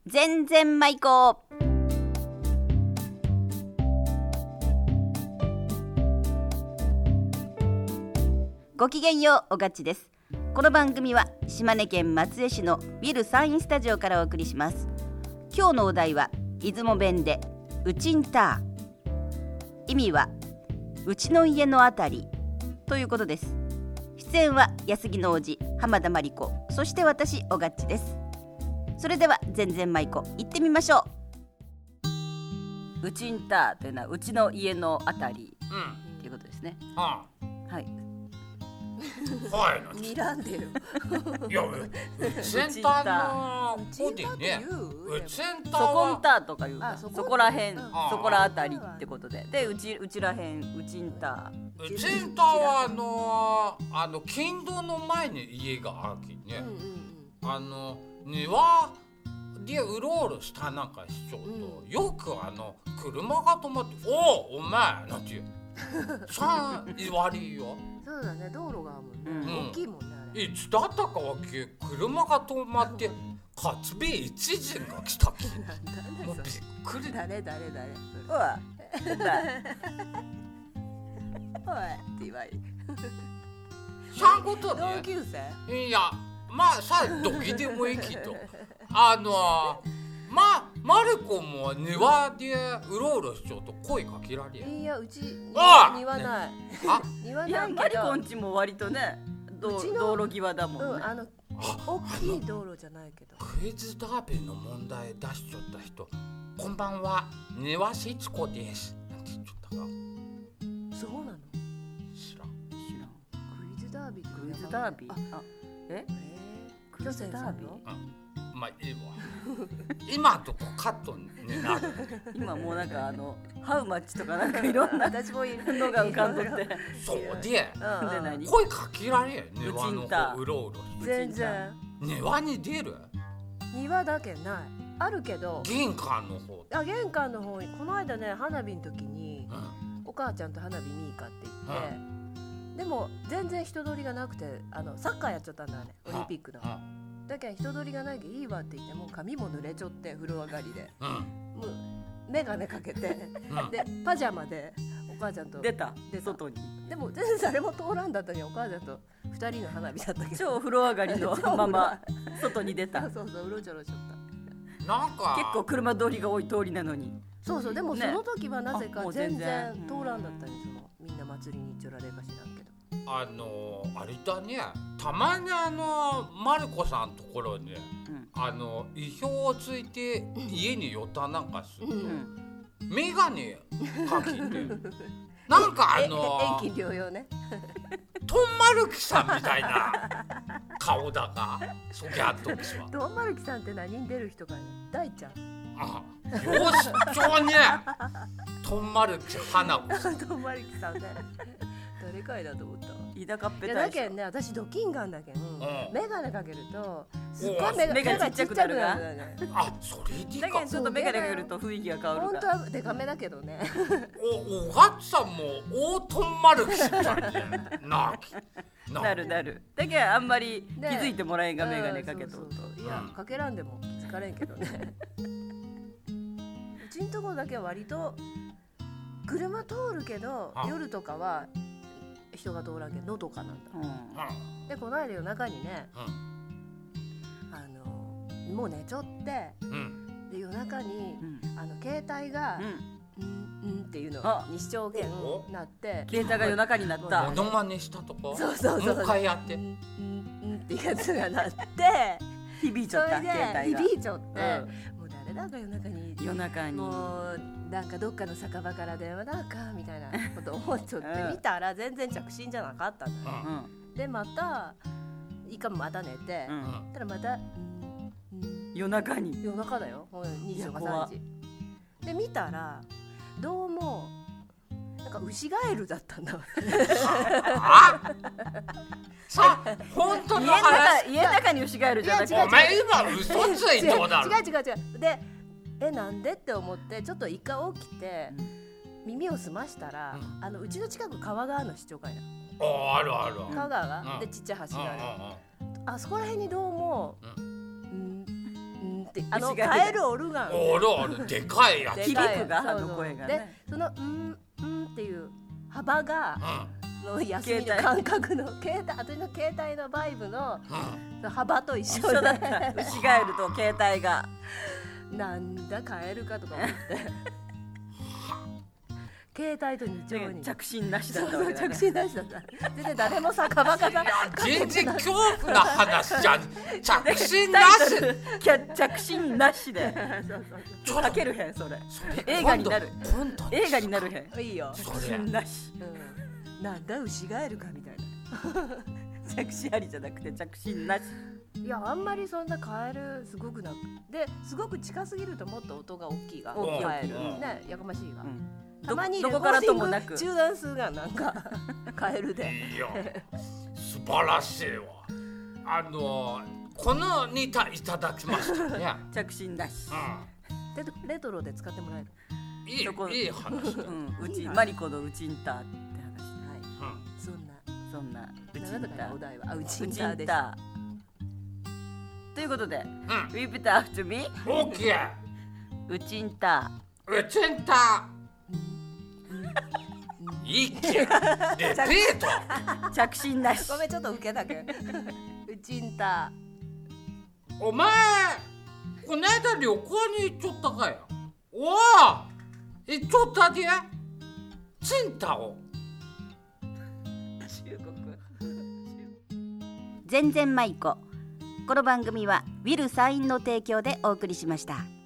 全然舞子。ごきげんよう、おがっちです。この番組は島根県松江市のビルサインスタジオからお送りします。今日のお題は出雲弁でうちんたー、意味はうちの家のあたりということです。出演は安木の王子浜田真理子、そして私おがっちです。それでは全然舞子行ってみましょう。うちんたーというのはうちの家のあたり、ということですね。はい。 はい。 睨んでる。 いや、うちんたの方でね。うちんたそこんはたとかいうか、そこらへん、そこらあたりってことで、でうちらへんうちんた。 うちんたは県道の前に家があるきね。庭でうろうろしたなんかしちょうと、よく車が止まって、お前なんていうさあ言われるよ。 そうだね、道路があるもんね、大きいもんねあれ。 いつだったかわけ、車が止まって活兵一陣が来たき。もうびっくり。 誰おいおいって言われる。 そういうことね。 同級生？ いや、まあさ、どきでもいいけどマルコも庭でうろうろしちゃうと声かけられる。 いや、うち庭ない。庭いや、 ないけど、 マリコんちも割とね、道路際だもんね。 大きい道路じゃないけど。 クイズダービーの問題出しちゃった人、こんばんは、庭しつこですなんて言っちゃったが。 そうなの？ 知らん。 クイズダービー。 クイズダービー。クイズダービー。 まあいいわ。今とこカットになる。 今もうなんかハウマッチとかなんかいろんな私もいるのが浮かんどって。 そうで、 で何？ 声かけられる。庭の方うろうろ。 全然。 庭に出る？ 庭だけない。あるけど。 玄関の方。 玄関の方にこの間ね、花火の時に、お母ちゃんと花火見に行かって言って、でも全然人通りがなくて、サッカーやっちゃったんだね、オリンピックの。だけど人通りがないけどいいわって言って、もう髪も濡れちゃって風呂上がりで、もう眼鏡かけて、でパジャマでお母ちゃんと出た外に。 でも全然誰も通らんだったのに、お母ちゃんと2人の花火だったけど、 超風呂上がりのまま外に出た。 そううろちょろしちゃった。 なんか結構車通りが多い通りなのに。 そうでもその時はなぜか全然通らんだったり、みんな祭りに行っちょられかしらんけど。 あれだね、たまにマルコさんのところに、意表をついて家に寄ったなんかすると、メガネかけてなんか遠近療養ね。 トンマルキさんみたいな顔だが、そぎゃっときは。 トンマルキさんって何に出る人かね、大ちゃん。 よしちょね、トンマルキ花子さん。 トンマルキさんね。誰かいだと思ったわ。 田舎っぺたい。 だけんね、私ドキンガンだけん、メガネかけるとすっごい目がちっちゃくなるが。 それでだけどちょっとメガネかけると雰囲気が変わる本当はデカめだけどね。 おがっさんも大トンマルキさんじゃね。 なる。だけどあんまり気づいてもらえんがメガネかけとると。 いや、かけらんでも気づかれんけどね。うちんとこだけは割と車通るけど、夜とかは人が通らんけどのどかなんだ。でこの間夜中にね、もう寝ちょって、で夜中に携帯がっていうのに視聴券なって、 携帯が夜中になった。 モノマネしたとこ。 そうもう一回やって。 ってやつがなって、 響いちゃった携帯が。 響いちゃって、もう誰だか夜中にもうなんかどっかの酒場から電話だかみたいなこと思っちゃって見たら全然着信じゃなかったんだよ。でまたまた寝て、たらまた夜中だよ、2時とか3時で見たら、どうもなんかウシガエルだったんだわ。 さあ本当の話。 家の中にウシガエルじゃなくて、 お前今嘘ついとうだろ。 違うでなんでって思って、ちょっと一回起きて耳を澄ましたら、うちの近く川川の市長会だ。 ある川川がでちっちゃい橋がある。あそこら辺にどうもってカエルおるがん。 おるでかいやつ。 響くがあの声がね。 でそのっていう幅が、の休みの感覚の私の携帯のバイブの幅と一緒だった。 ウシガエルと携帯がなんだカエルかとか思って携帯と二丁に着信なしだったわけだね。 着信なしだった。全然誰も酒場から全然恐怖な話じゃん。着信なし。 着信なしでかけるへんそれ。映画になる。映画になるへん。 いいよ。 着信なし。 なんだウシガエルかみたいな。着信ありじゃなくて着信なし。 いやあんまりそんなカエルすごくなくですごく近すぎるともっと音が大きいがカエルねやかましいが。たまにどこからともなく中断数がなんかカエルでいや素晴らしいわ。このネタいただきましたね。 着信なし。 レトロで使ってもらえる。 いい話だ。 うちマリコのウチンターって話。 はい。そんなウチンター。 お題はウチンターです。 ということで、Repeat after me。 OK。 ウチンター。ウチンター。いいっけ。レペート。 着信なし。 ごめんちょっと受けたけ。ウチンター。お前この間旅行に行っちょったかよ。おお行っちょったで。チンタオ。 中国。 全然舞子。この番組はウィル・サインの提供でお送りしました。